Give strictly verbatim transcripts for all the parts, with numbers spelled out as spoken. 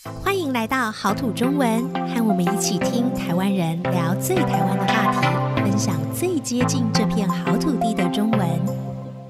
欢迎来到好土中文，和我们一起听台湾人聊最台湾的话题，分享最接近这片好土地的中文。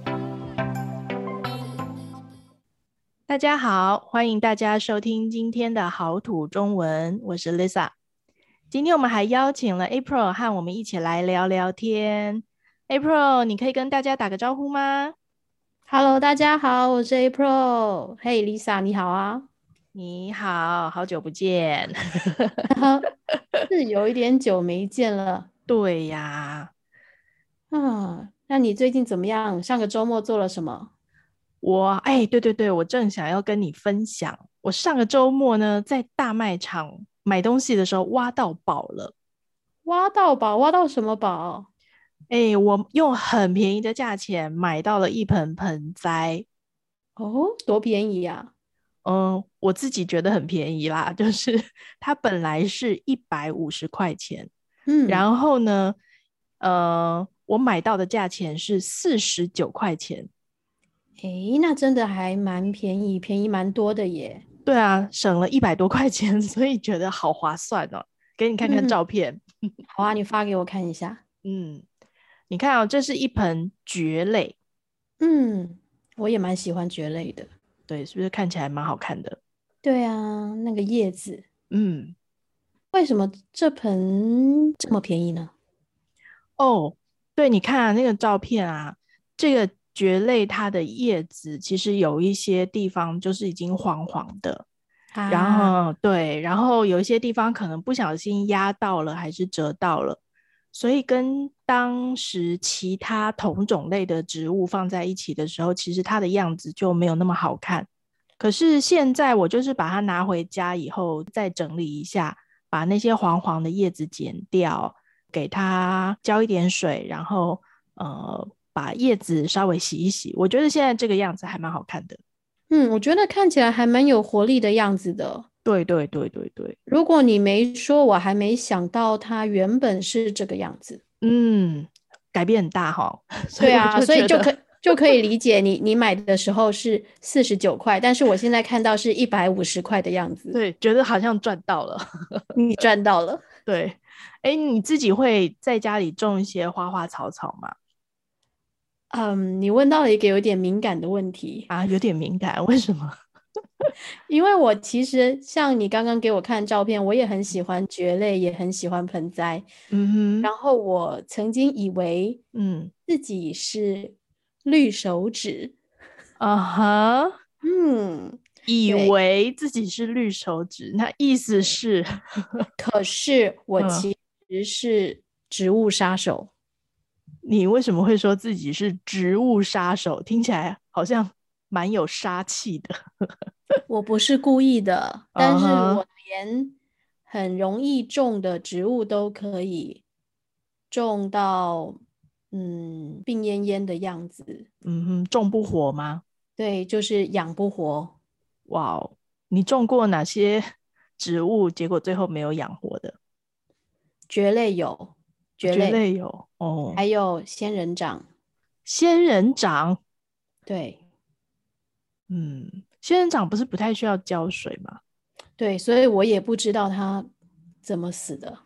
大家好，欢迎大家收听今天的好土中文，我是 Lisa。今天我们还邀请了 April 和我们一起来聊聊天。April， 你可以跟大家打个招呼吗？ Hello，大家好，我是 April。嘿，Lisa，你好啊。 你好，好久不见。 是有一点久没见了。 对呀。 啊，那你最近怎么样？上个周末做了什么？ 我哎，对对对，我正想要跟你分享，我上个周末呢在大卖场买东西的时候挖到宝了。 挖到宝，挖到什么宝？ 哎，我用很便宜的价钱买到了一盆盆栽。 哦，多便宜呀！ 嗯，我自己觉得很便宜啦，就是它本来是一百五十块钱， 嗯， 然后呢，呃，我买到的价钱是四十九块钱。 诶，那真的还蛮便宜，便宜蛮多的耶。 对啊，省了一百多块钱，所以觉得好划算哦。给你看看嗯， 照片。 好啊，你发给我看一下。 嗯，你看哦，这是一盆蕨类。 嗯，我也蛮喜欢蕨类的。 对，是不是看起来蛮好看的？ 对啊，那个叶子， 嗯。 为什么这盆这么便宜呢？ 哦，对，你看啊，那个照片啊，这个蕨类它的叶子其实有一些地方就是已经黄黄的，然啊， 后对，然后有一些地方可能不小心压到了还是折到了，所以跟当时其他同种类的植物放在一起的时候，其实它的样子就没有那么好看。可是现在我就是把它拿回家以后再整理一下，把那些黄黄的叶子剪掉，给它浇一点水，然后呃把叶子稍微洗一洗，我觉得现在这个样子还蛮好看的。 嗯，我觉得看起来还蛮有活力的样子的。 对对对对对。 如果你没说，我还没想到它原本是这个样子。 嗯，改变很大哈。所以我对啊， 就觉得所以就可就可以理解你你买的时候是四十九块，但是我现在看到是一百五十块的样子。 对，觉得好像赚到了。 你赚到了。 对。哎，你自己会在家里种一些花花草草吗？ 嗯，你问到了一个有点敏感的问题， 啊，有点敏感，为什么？ 因为我其实像你刚刚给我看照片，我也很喜欢蕨类，也很喜欢盆栽。 嗯哼。 然后我曾经以为嗯。 自己是绿手指。 啊哈。 嗯， 以对。 为自己是绿手指，那意思是。 可是我嗯， 其实是植物杀手。 你为什么会说自己是植物杀手？听起来好像蛮有杀气的。 我不是故意的，但嗯哼。 是我连很容易种的植物都可以种到嗯病恹恹的样子。 嗯哼，种不活吗？ 对，就是养不活。 哇哦，你种过哪些植物，结果最后没有养活的？ 蕨类有蕨蕨类， 类有哦。 还有仙人掌。 仙人掌。 对嗯，仙人掌不是不太需要浇水吗？ 对，所以我也不知道它怎么死的。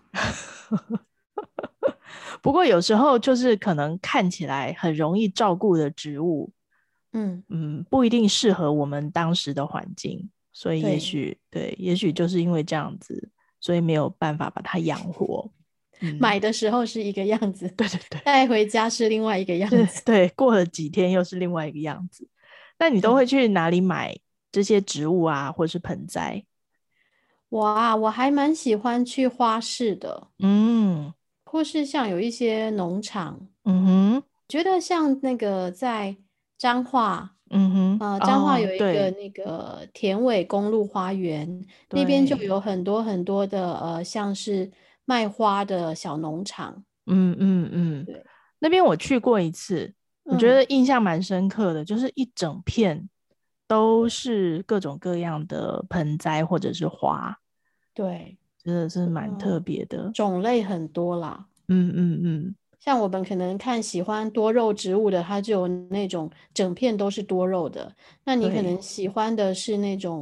不过有时候就是可能看起来很容易照顾的植物， 嗯， 嗯，不一定适合我们当时的环境，所以也对， 许对，也许就是因为这样子，所以没有办法把它养活。嗯， 买的时候是一个样子， 对对对。 带回家是另外一个样子。 是，对，过了几天又是另外一个样子。那你都会去哪里买这些植物啊，或是盆栽？ 我啊，我还蛮喜欢去花市的， 嗯。 或是像有一些农场， 嗯哼。 觉得像那个在彰化， 嗯哼。 呃，彰化哦， 有一个对那个田尾公路花园，那边就对。 有很多很多的呃，像是卖花的小农场。 嗯嗯嗯。 对， 那边我去过一次，我觉嗯， 得印象蛮深刻的，就是一整片都是各种各样的盆栽或者是花， 对， 真的是蛮特嗯， 别的。 种类很多啦。 嗯嗯嗯。 像我们可能看喜欢多肉植物的，它就有那种整片都是多肉的。那你可对。 能喜欢的是那种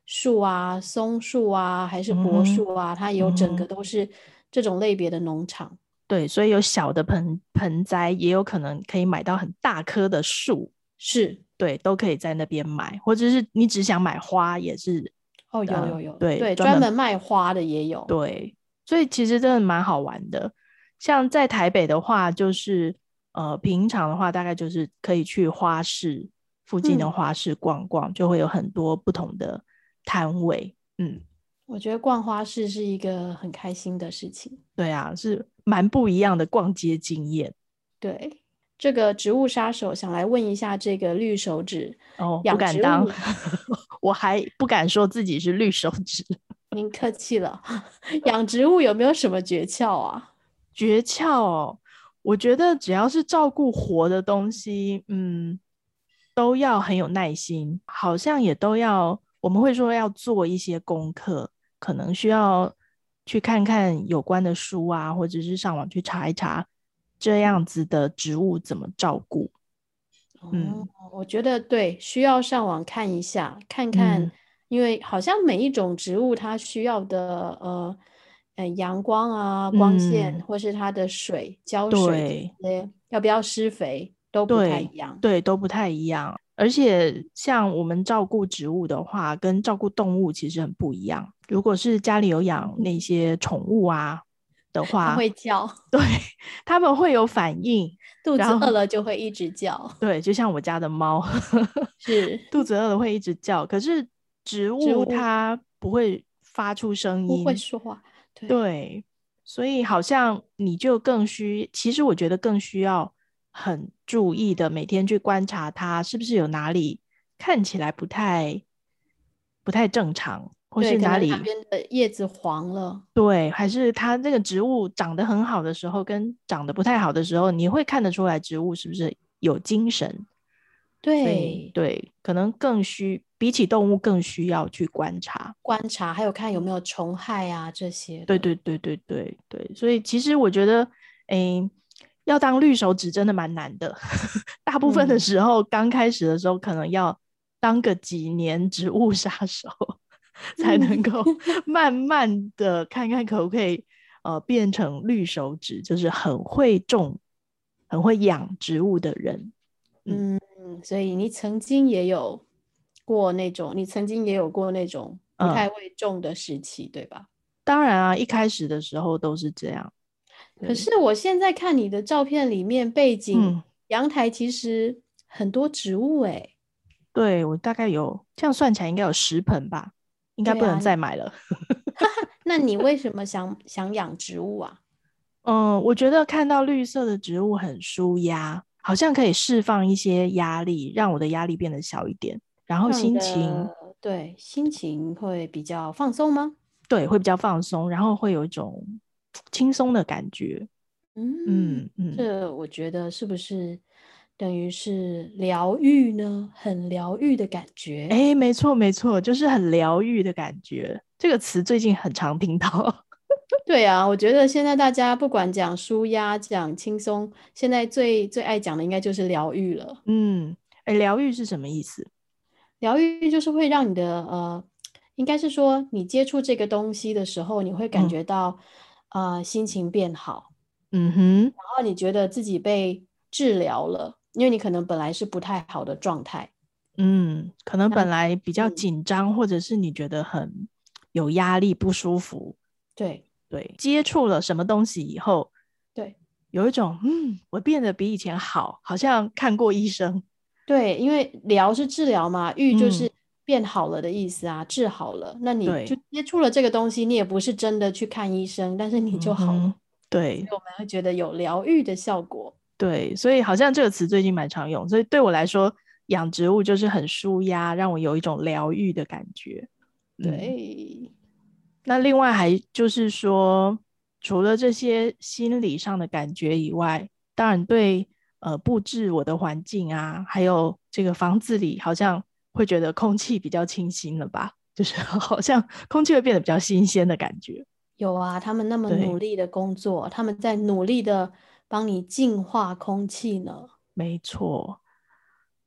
树啊，松树啊，还是嗯哼柏树啊，它有整个嗯哼都是这种类别的农场。 对，所以有小的盆盆栽，也有可能可以买到很大棵的树， 是对，都可以在那边买，或者是你只想买花也是， 哦，有呃， 有有， 对， 对， 专门专门卖花的也有。 对，所以其实真的蛮好玩的。像在台北的话，就是呃，平常的话大概就是可以去花市附近的嗯， 花市逛逛，就会有很多不同的摊位。嗯， 我觉得逛花市是一个很开心的事情。 对啊，是蛮不一样的逛街经验。 对，这个植物杀手想来问一下，这个绿手指哦，不养敢当， 植物， 我还不敢说自己是绿手指。 您客气了。养植物有没有什么诀窍啊？ 诀窍哦，我觉得只要是照顾活的东西，嗯，都要很有耐心，好像也都要，我们会说要做一些功课，可能需要去看看有关的书啊，或者是上网去查一查这样子的植物怎么照顾。 哦， 嗯我觉得对，需要上网看一下，看看， 嗯， 因为好像每一种植物它需要的呃呃阳光啊、光线， 嗯， 或是它的水、浇水这对。 些，要不要施肥都不太一对样。 对，都不太一样。而且像我们照顾植物的话，跟照顾动物其实很不一样。如果是家里有养那些宠物啊的它话， 会叫， 对，他们会有反应， 肚子饿然后了就会一直叫。 对，就像我家的猫， 是， 肚子饿了会一直叫，可是植物植物它不会发出声不会音， 说话，对。 对，所以好像你就更需，其实我觉得更需要很注意的每天去观察它是不是有哪里看起来不太不太正常，或对， 是可能哪哪里边的叶子黄了。 对，还是它这个植物长得很好的时候跟长得不太好的时候，你会看得出来植物是不是有精神。所以对， 对，可能更需比起动物更需要去观察。 观察还有看有没有虫害啊这些对的。 对对对对对，所以其实我觉得，诶，要当绿手指真的蛮难的。大部分的嗯时候，刚开始的时候，可能要当个几年植物杀手，才能嗯够慢慢的看看可不可以呃变成绿手指，就是很会种、很会养植物的人。嗯嗯，所以你曾经也有过那种，你曾经也有过那种不嗯， 太会种的时期，对吧？ 当然啊，一开始的时候都是这样。对， 可是我现在看你的照片里面，背景嗯。 阳台其实很多植物诶。 对，我大概有这样算起来应该有十盆吧，应该不能对啊， 再买了。 那你为什么想想养植物啊？ 嗯，我觉得看到绿色的植物很舒压，好像可以释放一些压力，让我的压力变得小一点，然后让你心情的对心情会比较放松吗？ 对会比较放松，然后会有一种轻松的感觉。 嗯， 嗯嗯， 这我觉得是不是等于是疗愈呢？很疗愈的感觉。 哎，没错没错，就是很疗愈的感觉。这个词最近很常听到。 对啊，我觉得现在大家不管讲舒压、讲轻松，现在最最爱讲的应该就是疗愈了。 嗯，哎，疗愈是什么意思？ 疗愈就是会让你的呃，应该是说你接触这个东西的时候，你会感嗯觉到呃心情变好， 嗯哼。 然后你觉得自己被治疗了，因为你可能本来是不太好的状态。 嗯，可能那本来比较嗯， 紧张，或者是你觉得很有压力、不舒服， 对对，接触了什么东西以后， 对有一种嗯，我变得比以前好，好像看过医生。 对，因为疗是治疗嘛，愈就嗯， 是变好了的意思啊，治好了。那你就对， 接触了这个东西，你也不是真的去看医生，但是你就好了， 嗯哼，对所以我们会觉得有疗愈的效果。 对，所以好像这个词最近蛮常用，所以对我来说，养植物就是很舒压，让我有一种疗愈的感觉。嗯。 对， 那另外还就是说，除了这些心理上的感觉以外，当然对呃布置我的环境啊，还有这个房子里，好像会觉得空气比较清新了吧，就是好像空气会变得比较新鲜的感觉。 有啊，他们那么努对， 力的工作，他们在努力的帮你净化空气呢。 没错。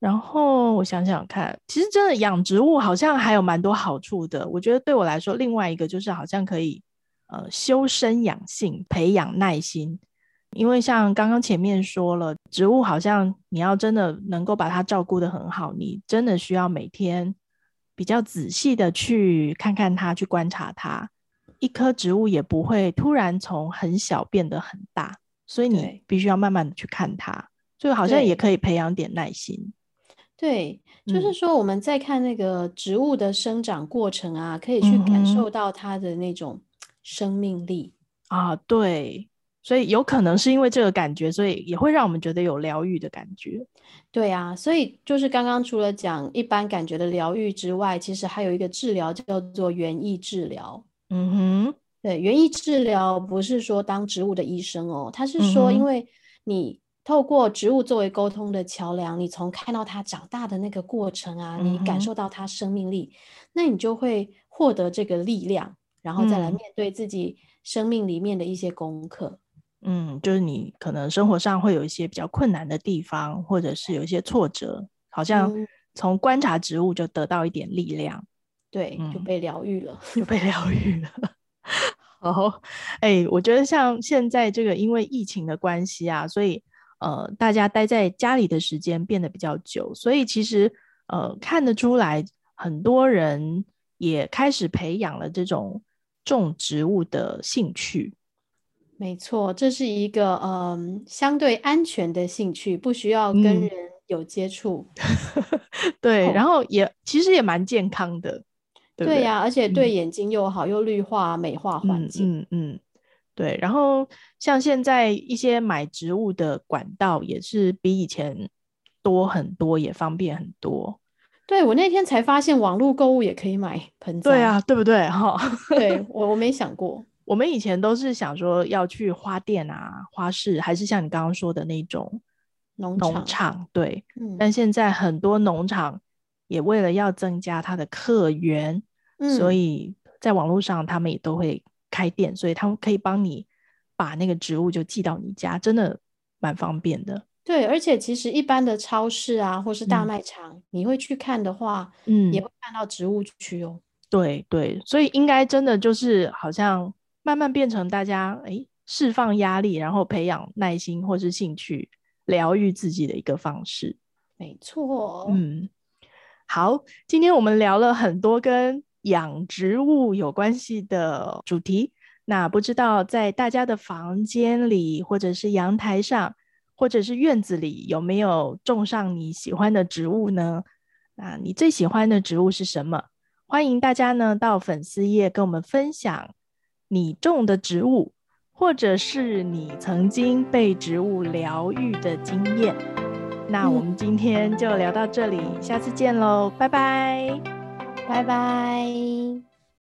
然后我想想看，其实真的养植物好像还有蛮多好处的。我觉得对我来说，另外一个就是好像可以呃修身养性，培养耐心。因为像刚刚前面说了，植物好像你要真的能够把它照顾得很好，你真的需要每天比较仔细的去看看它，去观察它。一棵植物也不会突然从很小变得很大，所以你必须要慢慢的去看它，所以好像也可以培养点耐心。 对，就是嗯说我们在看那个植物的生长过程啊，可以去感嗯哼受到它的那种生命力。 啊，对，所以有可能是因为这个感觉，所以也会让我们觉得有疗愈的感觉。 对啊，所以就是刚刚除了讲一般感觉的疗愈之外，其实还有一个治疗叫做园艺治疗。 嗯哼， 对，园艺治疗不是说当植物的医生哦，它是嗯哼， 说因为你透过植物作为沟通的桥梁，你从看到它长大的那个过程啊，你感嗯哼， 受到它生命力，那你就会获得这个力量，然后再来嗯面对自己生命里面的一些功课。 嗯，就是你可能生活上会有一些比较困难的地方，或者是有一些挫折，好像嗯， 从观察植物就得到一点力量， 对，就嗯， 被疗愈了。 就被疗愈了。好，哎，我觉得像现在这个因为疫情的关系啊，所以呃，大家待在家里的时间变得比较久，所以其实呃看得出来，很多人也开始培养了这种种植物的兴趣。 没错，这是一个嗯相对安全的兴趣，不需要跟嗯， 人有接触。 对，然哦， 后也其实也蛮健康的，对不对？ 对呀，而且对嗯眼睛又好，又绿化、美化环嗯境。 嗯嗯，对。然后像现在一些买植物的管道也是比以前多很多，也方便很多。 对，我那天才发现网络购物也可以买盆栽。 对啊，对不对？哈， 对，我我没想过。 我们以前都是想说要去花店啊、花市，还是像你刚刚说的那种农农场。 场，对。 嗯但现在很多农场也为了要增加它的客源，所嗯， 以在网络上他们也都会开店，所以他们可以帮你把那个植物就寄到你家，真的蛮方便的。 对，而且其实一般的超市啊，或是大嗯卖场，你会去看的话，也嗯， 会看到植物区哦。 对对，所以应该真的就是好像慢慢变成大家诶释放压力，然后培养耐心或是兴趣，疗愈自己的一个方式。 没错。 嗯，好，今天我们聊了很多跟养植物有关系的主题。那不知道在大家的房间里，或者是阳台上，或者是院子里，有没有种上你喜欢的植物呢？那你最喜欢的植物是什么？欢迎大家呢到粉丝页跟我们分享你种的植物，或者是你曾经被植物疗愈的经验。那我嗯， 们今天就聊到这里，下次见喽，拜拜。 拜拜。